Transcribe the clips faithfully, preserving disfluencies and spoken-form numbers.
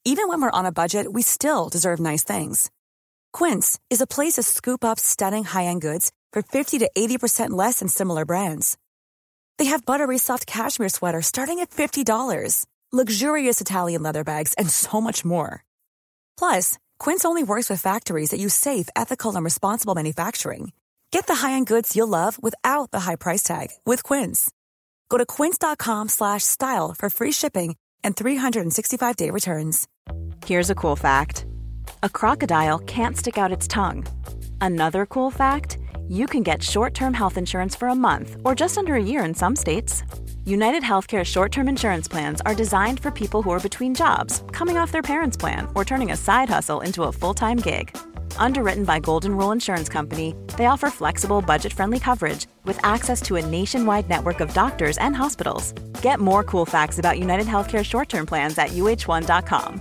Even when we're on a budget, we still deserve nice things. Quince is a place to scoop up stunning high-end goods for fifty to eighty percent less than similar brands. They have buttery soft cashmere sweaters starting at fifty dollars, luxurious Italian leather bags, and so much more. Plus, Quince only works with factories that use safe, ethical, and responsible manufacturing. Get the high-end goods you'll love without the high price tag with Quince. Go to quince.com slash style for free shipping and three sixty-five day returns. Here's a cool fact. A crocodile can't stick out its tongue. Another cool fact, you can get short-term health insurance for a month or just under a year in some states. United Healthcare short-term insurance plans are designed for people who are between jobs, coming off their parents' plan, or turning a side hustle into a full-time gig. Underwritten by Golden Rule Insurance Company, they offer flexible, budget-friendly coverage with access to a nationwide network of doctors and hospitals. Get more cool facts about United Healthcare short-term plans at U H one dot com.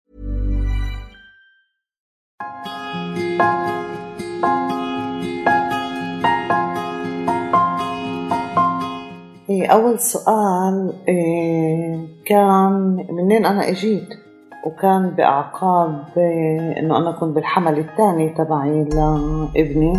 أول سؤال كان منين أنا أجيت، وكان بأعقاب إنه أنا كنت بالحمل الثاني تبعي لابني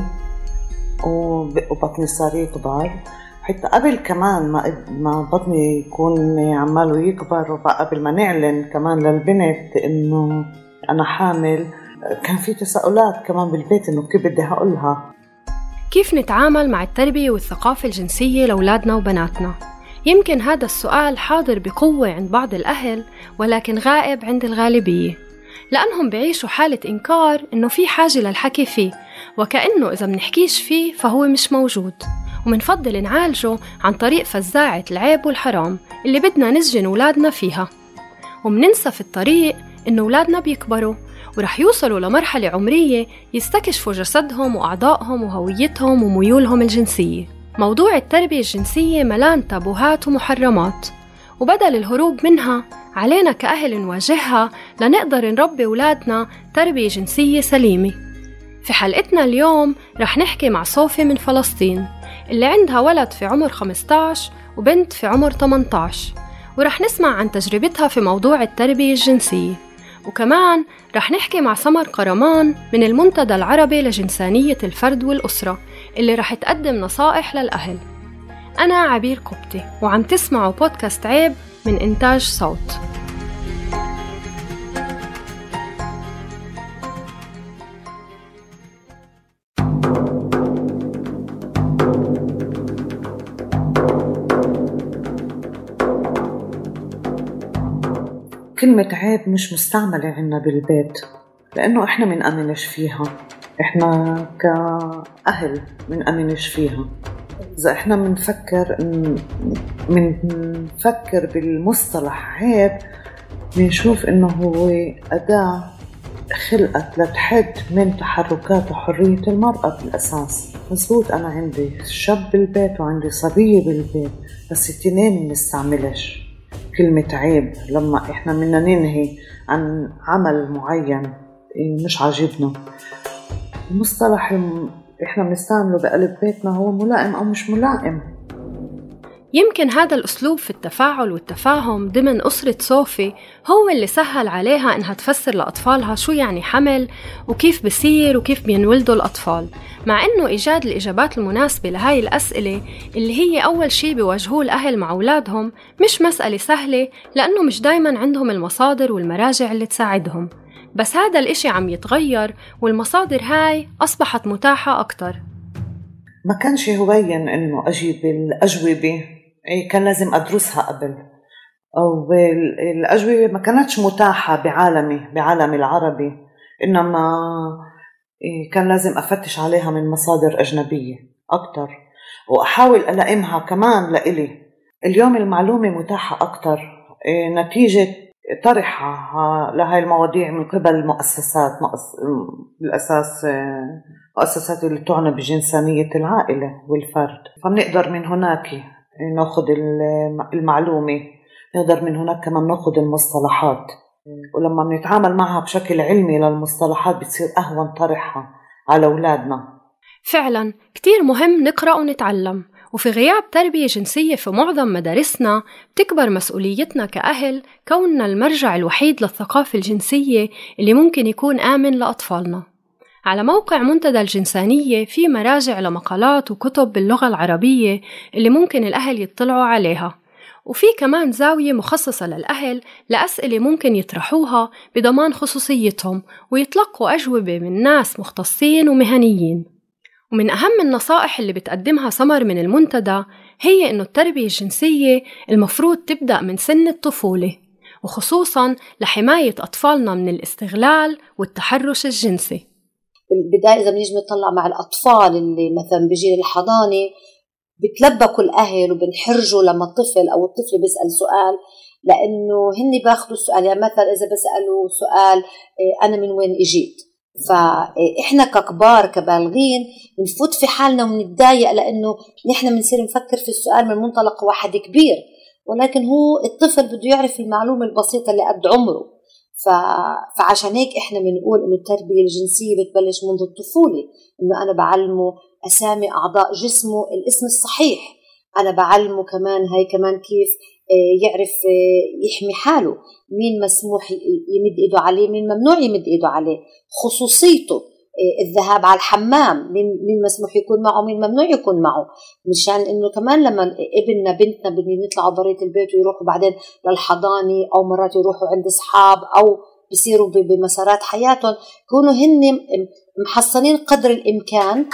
وبطني صار يكبر، حتى قبل كمان ما ما بطني يكون عماله يكبر وقبل ما نعلن كمان للبنت إنه أنا حامل، كان في تساؤلات كمان بالبيت إنه كيف بدي هقولها. كيف نتعامل مع التربية والثقافة الجنسية لأولادنا وبناتنا؟ يمكن هذا السؤال حاضر بقوة عند بعض الأهل ولكن غائب عند الغالبية، لأنهم بيعيشوا حالة إنكار إنه في حاجة للحكي فيه، وكأنه إذا منحكيش فيه فهو مش موجود، ومنفضل نعالجه عن طريق فزاعة العيب والحرام اللي بدنا نسجن أولادنا فيها. ومننسى في الطريق إنه أولادنا بيكبروا ورح يوصلوا لمرحلة عمرية يستكشفوا جسدهم وأعضائهم وهويتهم وميولهم الجنسية. موضوع التربية الجنسية ملان تابوهات ومحرمات، وبدل الهروب منها علينا كأهل نواجهها لنقدر نربي أولادنا تربية جنسية سليمة. في حلقتنا اليوم رح نحكي مع صوفي من فلسطين اللي عندها ولد في عمر خمسة عشر وبنت في عمر ثمانية عشر، ورح نسمع عن تجربتها في موضوع التربية الجنسية. وكمان رح نحكي مع سمر قرمان من المنتدى العربي لجنسانية الفرد والأسرة اللي رح تقدم نصائح للأهل. أنا عبير قبطي وعم تسمعوا بودكاست عيب من إنتاج صوت. كلمة عيب مش مستعملة عنا بالبيت لأنه إحنا من أمنش فيها، إحنا كأهل من أمنش فيها. إذا إحنا منفكر منفكر بالمصطلح عيب بنشوف إنه هو أداة خلقت لتحد من تحركات وحرية المرأة بالأساس. مزبوط، أنا عندي شاب بالبيت وعندي صبية بالبيت، بس التنين منستعملش كلمة عيب لما إحنا بدنا ننهي عن عمل معين مش عاجبنا. المصطلح إحنا بنستعمله بقلب بيتنا هو ملائم أو مش ملائم. يمكن هذا الأسلوب في التفاعل والتفاهم ضمن أسرة صوفي هو اللي سهل عليها إنها تفسر لأطفالها شو يعني حمل وكيف بصير وكيف بينولدوا الأطفال، مع إنه إيجاد الإجابات المناسبة لهاي الأسئلة اللي هي أول شي بيواجهوه الأهل مع أولادهم مش مسألة سهلة، لأنه مش دايماً عندهم المصادر والمراجع اللي تساعدهم. بس هذا الإشي عم يتغير والمصادر هاي أصبحت متاحة أكتر. ما كانش هوين إنه أجيب الأجوبة، كان لازم أدرسها قبل، أو الأجوبة ما كانتش متاحة بعالمي بعالمي العربي، إنما كان لازم أفتش عليها من مصادر أجنبية أكتر وأحاول ألائمها كمان لإلي. اليوم المعلومة متاحة أكتر نتيجة طرحها لهاي المواضيع من قبل المؤسسات، بالأساس مؤسسات اللي تعنى بجنسانية العائلة والفرد، فبنقدر من هناك نأخذ المعلومة، نقدر من هناك كمان نأخذ المصطلحات، ولما بنتعامل معها بشكل علمي للمصطلحات بتصير أهون طرحها على أولادنا. فعلا كتير مهم نقرأ ونتعلم، وفي غياب تربية جنسية في معظم مدارسنا بتكبر مسؤوليتنا كأهل كوننا المرجع الوحيد للثقافة الجنسية اللي ممكن يكون آمن لأطفالنا. على موقع منتدى الجنسانية في مراجع لمقالات وكتب باللغة العربية اللي ممكن الأهل يطلعوا عليها، وفي كمان زاوية مخصصة للأهل لأسئلة ممكن يطرحوها بضمان خصوصيتهم ويتلقوا أجوبة من ناس مختصين ومهنيين. ومن أهم النصائح اللي بتقدمها سمر من المنتدى هي إنه التربية الجنسية المفروض تبدأ من سن الطفولة، وخصوصاً لحماية أطفالنا من الاستغلال والتحرش الجنسي. بالبداية إذا بنيجي نطلع مع الأطفال اللي مثلا بيجي للحضانة بتلبكوا الأهل وبنحرجوا لما الطفل أو الطفل بيسأل سؤال، لأنه هني باخدوا السؤال. يعني مثلا إذا بسألوا سؤال أنا من وين إجيت، فإحنا ككبار كبالغين بنفوت في حالنا وبنتضايق لأنه نحن بنصير نفكر في السؤال من منطلق واحد كبير، ولكن هو الطفل بده يعرف المعلومة البسيطة اللي قد عمره. فعشان هيك إحنا بنقول إنه التربية الجنسية بتبلش منذ الطفولة، إنه أنا بعلمه أسامي أعضاء جسمه الاسم الصحيح، أنا بعلمه كمان هاي كمان كيف يعرف يحمي حاله، مين مسموح يمد إيده عليه، مين ممنوع يمد إيده عليه، خصوصيته، الذهاب على الحمام، مين مسموح يكون معه مين ممنوع يكون معه، مشان إنه كمان لما ابننا بنتنا بدهم يطلعوا بريت البيت ويروحوا بعدين للحضانة أو مرات يروحوا عند أصحاب أو بيصيروا بمسارات حياتهم، يكونوا هن محصنين قدر الإمكان.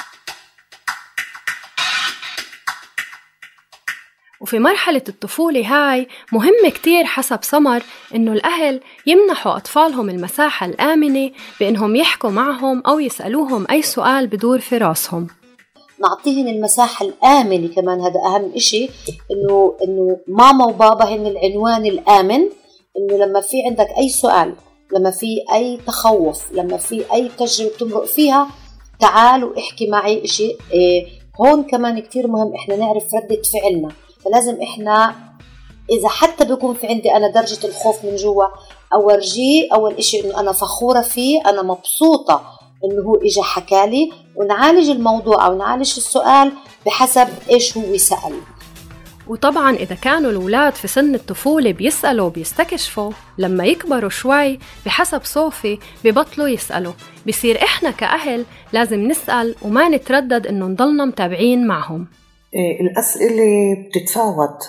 وفي مرحلة الطفولة هاي مهم كتير حسب سمر إنه الأهل يمنحوا أطفالهم المساحة الآمنة بإنهم يحكوا معهم أو يسألوهم أي سؤال بدور في راسهم. نعطيهن المساحة الآمنة كمان، هذا أهم إشي، إنه إنه ماما وبابا هن العنوان الآمن، إنه لما في عندك أي سؤال، لما في أي تخوف، لما في أي تجربة تمرق فيها، تعال واحكي معي إشي. إيه هون كمان كتير مهم إحنا نعرف ردة فعلنا، فلازم إحنا إذا حتى بيكون في عندي أنا درجة الخوف من جوا، أورجيه أول إشي إنه أنا فخورة فيه، أنا مبسوطة إنه هو إجا حكالي، ونعالج الموضوع أو نعالج السؤال بحسب إيش هو سأل. وطبعاً إذا كانوا الأولاد في سن الطفولة بيسألوا وبيستكشفوا، لما يكبروا شوي بحسب صوفي ببطلوا يسألوا، بيصير إحنا كأهل لازم نسأل وما نتردد إنه نضلنا متابعين معهم. إيه الأسئلة بتتفاوت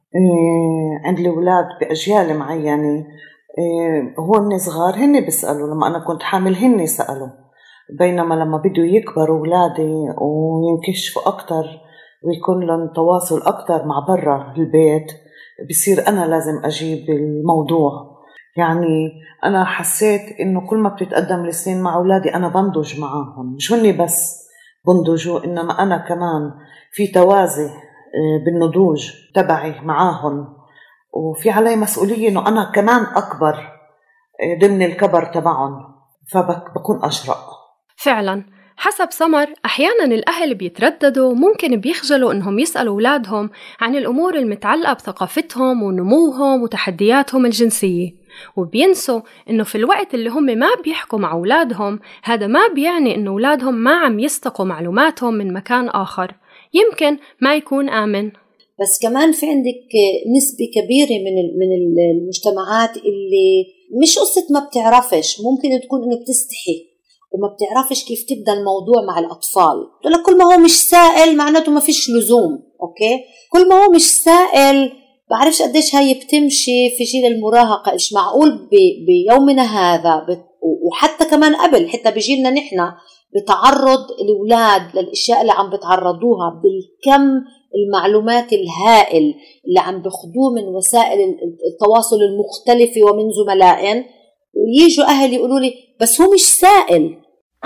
إيه عند الأولاد بأجيال معينة. إيه هون صغار هن بيسألوا، لما أنا كنت حامل هن سألوا، بينما لما بدوا يكبروا أولادي وينكشفوا أكتر ويكون لهم تواصل أكتر مع برا البيت، بصير أنا لازم أجيب الموضوع. يعني أنا حسيت إنه كل ما بتتقدم السنين مع أولادي أنا بنضج معاهم، مش هني بس بنضجوا إنما أنا كمان في توازي بالنضوج تبعي معاهم، وفي علي مسؤولية إنه أنا كمان أكبر ضمن الكبر تبعهم، فبكون أجرأ. فعلاً حسب سمر أحياناً الأهل بيترددوا، ممكن بيخجلوا إنهم يسألوا أولادهم عن الأمور المتعلقة بثقافتهم ونموهم وتحدياتهم الجنسية، وبينسوا إنه في الوقت اللي هم ما بيحكوا مع أولادهم هذا ما بيعني إنه أولادهم ما عم يستقوا معلوماتهم من مكان آخر يمكن ما يكون آمن. بس كمان في عندك نسبة كبيرة من من المجتمعات اللي مش قصة ما بتعرفش، ممكن تكون إنه بتستحي وما بتعرفش كيف تبدأ الموضوع مع الأطفال. تقول لك كل ما هو مش سائل معناته ما فيش لزوم. أوكي، كل ما هو مش سائل بعرفش قديش هاي بتمشي في جيل المراهقة. مش معقول بيومنا هذا وحتى كمان قبل، حتى بجيلنا نحن بتعرض الأولاد للأشياء اللي عم بتعرضوها بالكم المعلومات الهائل اللي عم بخدوه من وسائل التواصل المختلفة ومن زملائهم، وييجوا أهل يقولوا لي بس هو مش سائل.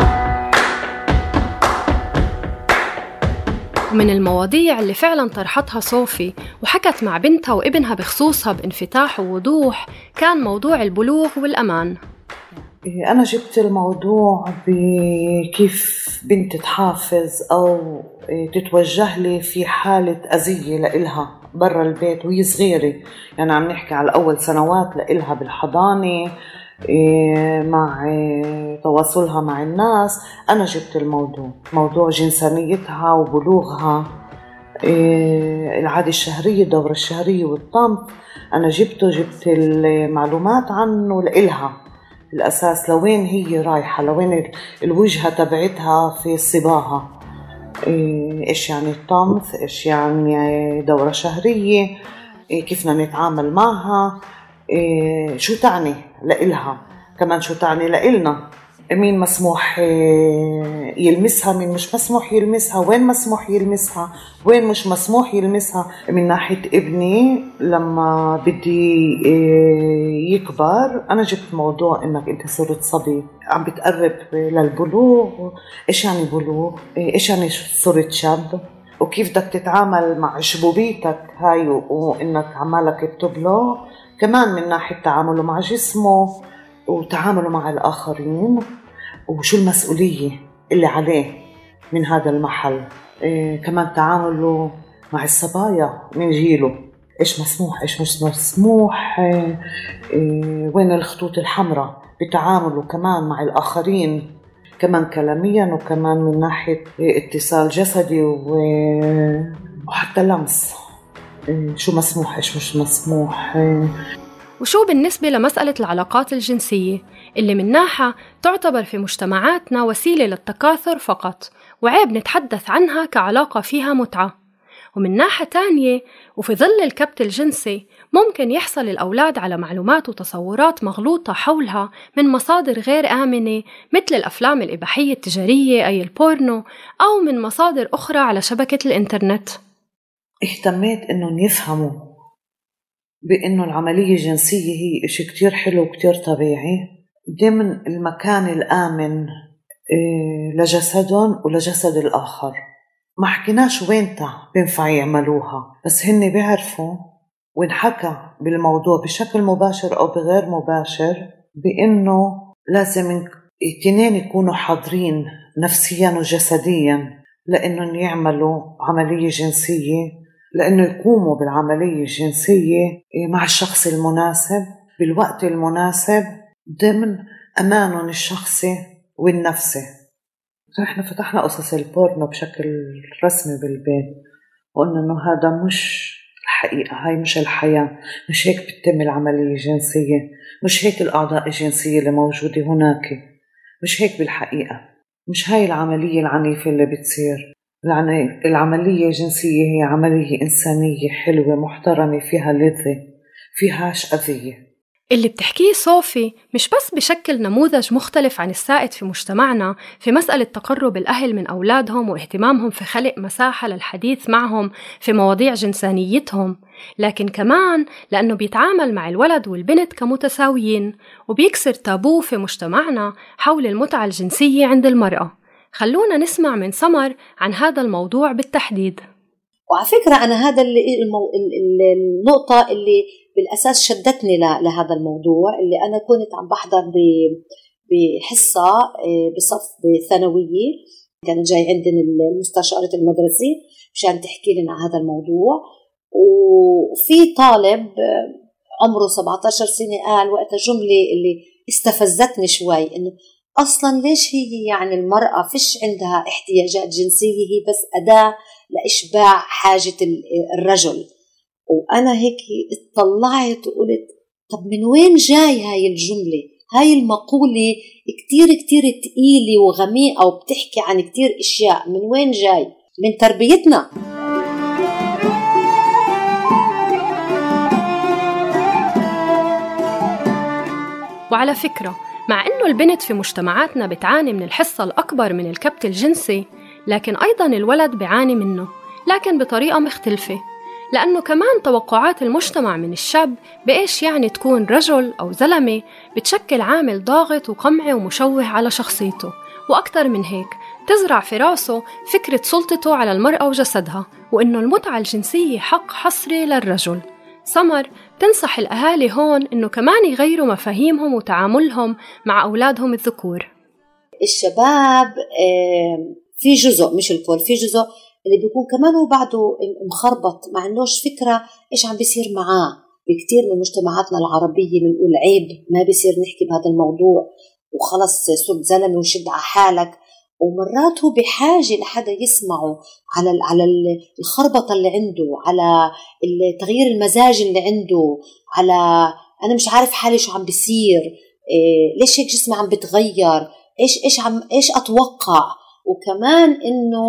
من المواضيع اللي فعلا طرحتها صوفي وحكت مع بنتها وابنها بخصوصها بانفتاح ووضوح كان موضوع البلوغ والأمان. أنا جبت الموضوع بكيف بنت تحافظ أو تتوجه لي في حالة أذية لإلها برا البيت وهي صغيرة، يعني عم نحكي على أول سنوات لإلها بالحضانة مع تواصلها مع الناس. أنا جبت الموضوع موضوع جنسانيتها وبلوغها العادة الشهرية، الدورة الشهرية والطمث أنا جبته، جبت المعلومات عنه لإلها الأساس، لوين هي رايحة، لوين الوجهة تبعتها في صباها، إيش يعني الطمث، إيش يعني دورة شهرية، كيف بدنا نتعامل معها، شو تعني لإلها، كمان شو تعني لإلنا، مين مسموح يلمسها، مين مش مسموح يلمسها، وين مسموح يلمسها، وين مش مسموح يلمسها. من ناحية ابني لما بدي يكبر أنا جبت موضوع إنك أنت صرت صبي عم بتقرب للبلوغ، إيش يعني بلوغ، إيش يعني صرت شاب، وكيف بدك تتعامل مع شبوبيتك هاي وإنك عمالك بتبلغ. كمان من ناحية تعامله مع جسمه وتعامله مع الآخرين، وشو المسؤولية اللي عليه من هذا المحل. إيه كمان تعامله مع الصبايا من جيله، إيش مسموح إيش مش مسموح، إيه إيه وين الخطوط الحمراء بتعامله كمان مع الآخرين، كمان كلاميا وكمان من ناحية اتصال جسدي وحتى لمس، إيه شو مسموح إيش مش مسموح. إيه وشو بالنسبة لمسألة العلاقات الجنسية اللي من ناحية تعتبر في مجتمعاتنا وسيلة للتكاثر فقط وعيب نتحدث عنها كعلاقة فيها متعة، ومن ناحية تانية وفي ظل الكبت الجنسي ممكن يحصل الأولاد على معلومات وتصورات مغلوطة حولها من مصادر غير آمنة مثل الأفلام الإباحية التجارية أي البورنو، أو من مصادر أخرى على شبكة الإنترنت. اهتميت إنهم يفهموا بأنه العملية الجنسية هي إشي كتير حلو وكتير طبيعي ضمن المكان الآمن لجسدهم ولجسد الآخر. ما حكيناش وينتا بينفع يعملوها، بس هن بيعرفوا وانحكى بالموضوع بشكل مباشر أو بغير مباشر بأنه لازم الاثنين يكونوا حاضرين نفسيا وجسديا لأنهم يعملوا عملية جنسية، لأنه يقوموا بالعملية الجنسية مع الشخص المناسب بالوقت المناسب ضمن أمانهم الشخصي والنفسي. احنا فتحنا قصص البورنو بشكل رسمي بالبيت وقلنا انه هذا مش الحقيقة، هاي مش الحياة، مش هيك بتتم العملية الجنسية، مش هيك الأعضاء الجنسية اللي موجودة هناك، مش هيك بالحقيقة، مش هاي العملية العنيفة اللي بتصير. العملية الجنسية هي عملية إنسانية حلوة محترمة فيها لذة فيهاش أذية. اللي بتحكيه صوفي مش بس بشكل نموذج مختلف عن السائد في مجتمعنا في مسألة تقرب الأهل من أولادهم واهتمامهم في خلق مساحة للحديث معهم في مواضيع جنسانيتهم، لكن كمان لأنه بيتعامل مع الولد والبنت كمتساويين وبيكسر تابو في مجتمعنا حول المتعة الجنسية عند المرأة. خلونا نسمع من سمر عن هذا الموضوع بالتحديد. وعلى فكرة أنا هذا اللي المو... النقطة اللي بالأساس شدتني لهذا الموضوع، اللي أنا كنت عم بحضر بحصة بصف بثانوية، كان جاي عندنا المستشارة المدرسة مشان تحكي لنا عن هذا الموضوع، وفي طالب عمره سبعة عشر سنة قال وقتها جملة اللي استفزتني شوي، إنه أصلاً ليش هي يعني المرأة فيش عندها احتياجات جنسية، هي بس أداة لإشباع حاجة الرجل. وأنا هيك اطلعت وقلت طب من وين جاي هاي الجملة؟ هاي المقولة كتير كتير تقيلة وغميقة وبتحكي عن كتير إشياء، من وين جاي؟ من تربيتنا. وعلى فكرة مع إنه البنت في مجتمعاتنا بتعاني من الحصة الأكبر من الكبت الجنسي، لكن أيضاً الولد بيعاني منه، لكن بطريقة مختلفة، لأنه كمان توقعات المجتمع من الشاب بإيش يعني تكون رجل أو زلمة بتشكل عامل ضاغط وقمعي ومشوه على شخصيته، وأكتر من هيك تزرع في راسه فكرة سلطته على المرأة وجسدها، وإنه المتعة الجنسية حق حصري للرجل. سمر تنصح الأهالي هون إنه كمان يغيروا مفاهيمهم وتعاملهم مع أولادهم الذكور. الشباب في جزء مش الكل، في جزء اللي بيكون كمان هو بعده مخربط، ما عندوش فكرة إيش عم بيصير معاه. بكتير من مجتمعاتنا العربية بنقول عيب، ما بيصير نحكي بهذا الموضوع، وخلص صرت زلمة وشد على حالك، ومرات هو بحاجة لحدا يسمعه على على الخربطة اللي عنده، على التغيير المزاج اللي عنده، على أنا مش عارف حالي شو عم بيصير، إيه ليش هيك جسمي عم بتغير، إيش إيش عم إيش أتوقع. وكمان إنه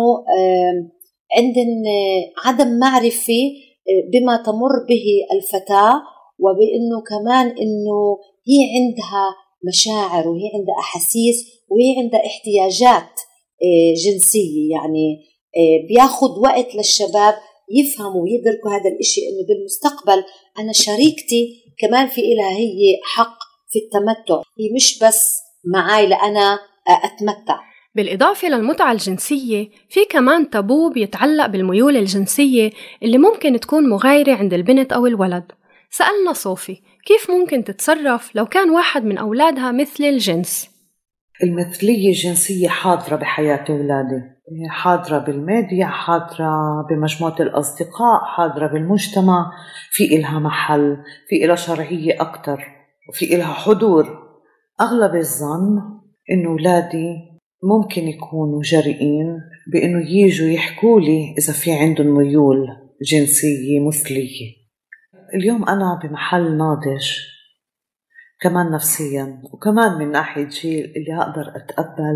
عندن عدم معرفة بما تمر به الفتاة، وبإنه كمان إنه هي عندها مشاعر وهي عندها أحاسيس وهي عندها احتياجات جنسية. يعني بياخد وقت للشباب يفهموا ويدركوا هذا الإشي، إنه بالمستقبل أنا شريكتي كمان في إلها هي حق في التمتع، هي مش بس معاي لأنا أتمتع. بالإضافة للمتعة الجنسية، في كمان تابو بيتعلق بالميول الجنسية اللي ممكن تكون مغايرة عند البنت أو الولد. سألنا صوفي كيف ممكن تتصرف لو كان واحد من أولادها مثل الجنس؟ المثلية الجنسية حاضرة بحياة أولادي، حاضرة بالميديا، حاضرة بمجموعة الأصدقاء، حاضرة بالمجتمع، في إلها محل، في إلها شرعية أكتر، وفي إلها حضور. أغلب الظن إنه أولادي ممكن يكونوا جريئين بإنه ييجوا يحكوا لي إذا في عندهم ميول جنسية مثلية. اليوم أنا بمحل ناضج كمان نفسياً، وكمان من ناحية جيل اللي أقدر أتقبل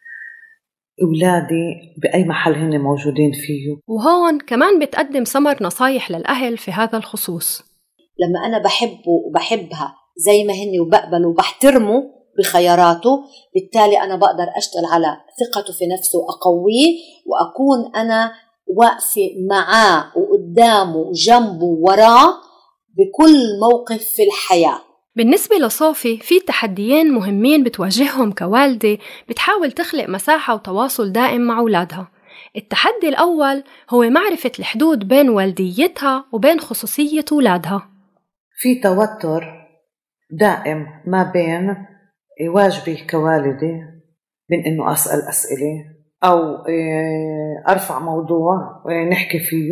أولادي بأي محل هن موجودين فيه. وهون كمان بتقدم سمر نصايح للأهل في هذا الخصوص. لما أنا بحبه وبحبها زي ما هن وبقبل وبحترمه بخياراته، بالتالي أنا بقدر أشتغل على ثقته في نفسه وأقويه، وأكون أنا واقفة معاه وقدامه جنبه وراه بكل موقف في الحياة. بالنسبة لصوفي في تحديين مهمين بتواجههم كوالدة بتحاول تخلق مساحة وتواصل دائم مع أولادها. التحدي الأول هو معرفة الحدود بين والديتها وبين خصوصية أولادها. في توتر دائم ما بين واجبي كوالدة من إنه أسأل أسئلة أو أرفع موضوع نحكي فيه،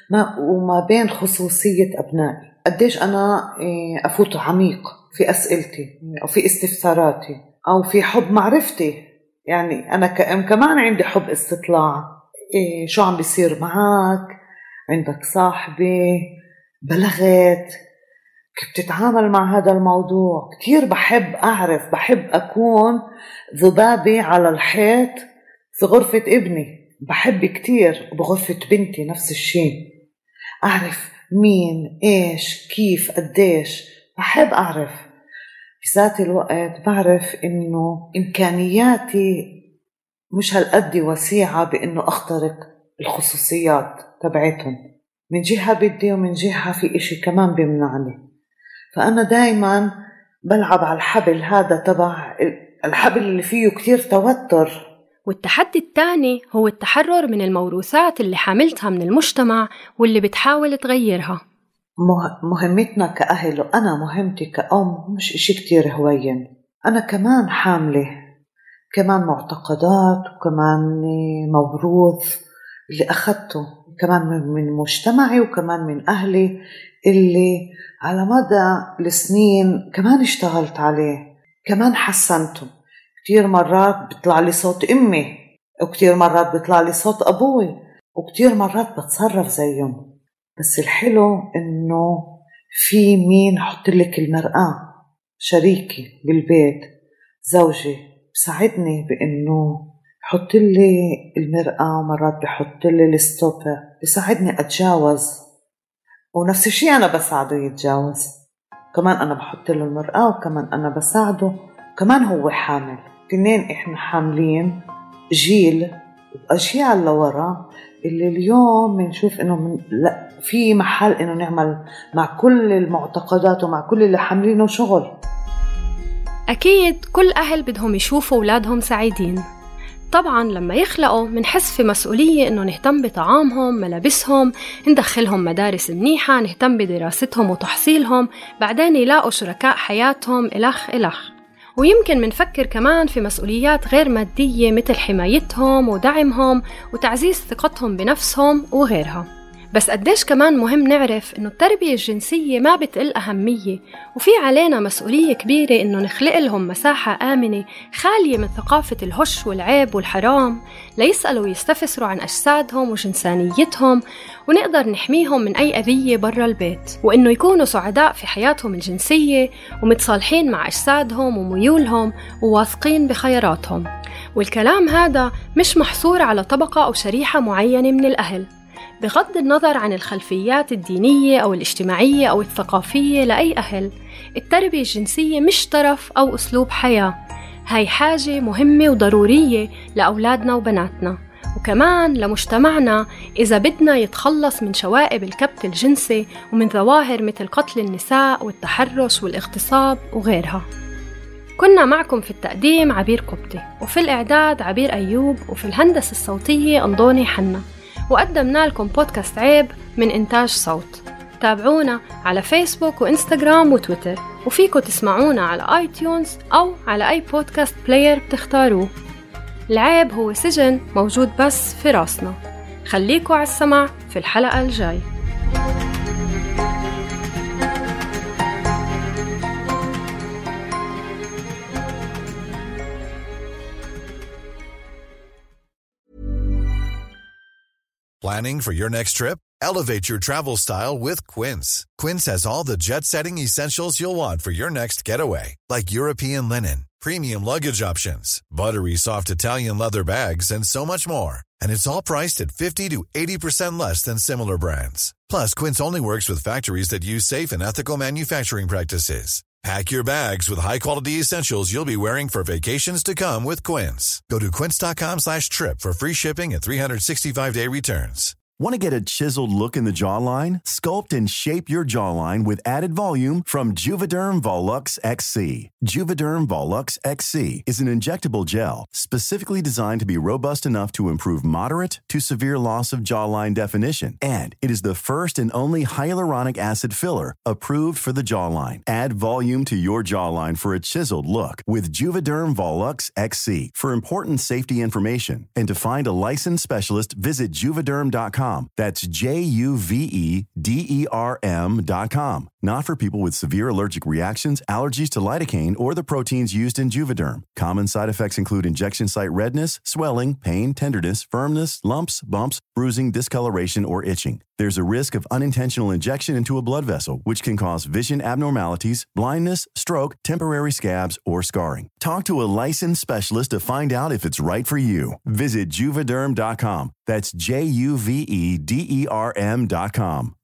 وما بين خصوصية أبنائي. قديش أنا أفوت عميق في أسئلتي أو في استفساراتي أو في حب معرفتي. يعني أنا كأم كمان عندي حب استطلاع، إيه شو عم بيصير معك، عندك صاحبة، بلغت، كيف تتعامل مع هذا الموضوع. كتير بحب أعرف، بحب أكون ذبابة على الحيط في غرفة ابني، بحب كتير بغرفة بنتي نفس الشيء، أعرف مين إيش كيف قديش، بحب أعرف. في ذات الوقت بعرف إنه إمكانياتي مش هالقد وسيعة بإنه أخترق الخصوصيات تبعتهم. من جهة بدي ومن جهة في إشي كمان بيمنعني، فأنا دايما بلعب على الحبل هذا تبع الحبل اللي فيه كتير توتر. والتحدي الثاني هو التحرر من الموروثات اللي حاملتها من المجتمع واللي بتحاول تغيرها. مهمتنا كأهل وأنا مهمتي كأم مش إشي كتير هوين. أنا كمان حاملة كمان معتقدات وكمان موروث اللي أخذته كمان من مجتمعي وكمان من أهلي اللي على مدى السنين كمان اشتغلت عليه، كمان حسنته. كتير مرات بيطلع لي صوت أمي، وكتير مرات بيطلع لي صوت أبوي، وكتير مرات بتصرف زيهم. بس الحلو إنه في مين حط لك المرآة، شريكي بالبيت، زوجي بساعدني بإنه حط لي المرآة، ومرات بحط لي الستوبر بساعدني أتجاوز، ونفس الشيء أنا بساعده يتجاوز. كمان أنا بحط له المرآة وكمان أنا بساعده، كمان هو حامل. تنين إحنا حاملين جيل وأشياء لورا اللي اليوم بنشوف إنه من لا في محل إنه نعمل مع كل المعتقدات ومع كل اللي حاملينه شغل. أكيد كل أهل بدهم يشوفوا أولادهم سعيدين. طبعاً لما يخلقوا منحس في مسؤولية إنه نهتم بطعامهم، ملابسهم، ندخلهم مدارس منيحة، نهتم بدراستهم وتحصيلهم، بعدين يلاقوا شركاء حياتهم إلخ إلخ. ويمكن منفكر كمان في مسؤوليات غير مادية مثل حمايتهم ودعمهم وتعزيز ثقتهم بنفسهم وغيرها. بس قديش كمان مهم نعرف إنه التربية الجنسية ما بتقل أهمية، وفي علينا مسؤولية كبيرة إنه نخلق لهم مساحة آمنة خالية من ثقافة الهش والعيب والحرام، ليسألوا ويستفسروا عن أجسادهم وجنسانيتهم، ونقدر نحميهم من أي أذية برا البيت، وإنه يكونوا سعداء في حياتهم الجنسية ومتصالحين مع أجسادهم وميولهم وواثقين بخياراتهم. والكلام هذا مش محصور على طبقة أو شريحة معينة من الأهل، بغض النظر عن الخلفيات الدينية أو الاجتماعية أو الثقافية لأي أهل. التربية الجنسية مش طرف أو أسلوب حياة، هاي حاجة مهمة وضرورية لأولادنا وبناتنا، وكمان لمجتمعنا إذا بدنا يتخلص من شوائب الكبت الجنسي ومن ظواهر مثل قتل النساء والتحرش والاغتصاب وغيرها. كنا معكم في التقديم عبير قبطي، وفي الإعداد عبير أيوب، وفي الهندسة الصوتية أنضوني حنا، وقدمنا لكم بودكاست عيب من إنتاج صوت. تابعونا على فيسبوك وإنستغرام وتويتر، وفيكم تسمعونا على آي تيونز أو على أي بودكاست بلاير بتختاروه. العيب هو سجن موجود بس في راسنا. خليكوا على السمع في الحلقة الجاي. Planning for your next trip? Elevate your travel style with Quince. Quince has all the jet-setting essentials you'll want for your next getaway, like European linen, premium luggage options, buttery soft Italian leather bags, and so much more. And it's all priced at fifty to eighty percent less than similar brands. Plus, Quince only works with factories that use safe and ethical manufacturing practices. Pack your bags with high-quality essentials you'll be wearing for vacations to come with Quince. Go to quince.com slash trip for free shipping and three sixty-five day returns. Want to get a chiseled look in the jawline? Sculpt and shape your jawline with added volume from Juvederm Volux X C. Juvederm Volux X C is an injectable gel specifically designed to be robust enough to improve moderate to severe loss of jawline definition. And it is the first and only hyaluronic acid filler approved for the jawline. Add volume to your jawline for a chiseled look with Juvederm Volux X C. For important safety information and to find a licensed specialist, visit juvederm dot com. That's J U V E D E R M dot com. Not for people with severe allergic reactions, allergies to lidocaine, or the proteins used in Juvederm. Common side effects include injection site redness, swelling, pain, tenderness, firmness, lumps, bumps, bruising, discoloration, or itching. There's a risk of unintentional injection into a blood vessel, which can cause vision abnormalities, blindness, stroke, temporary scabs, or scarring. Talk to a licensed specialist to find out if it's right for you. Visit juvederm dot com. That's J U V E D E R M dot com.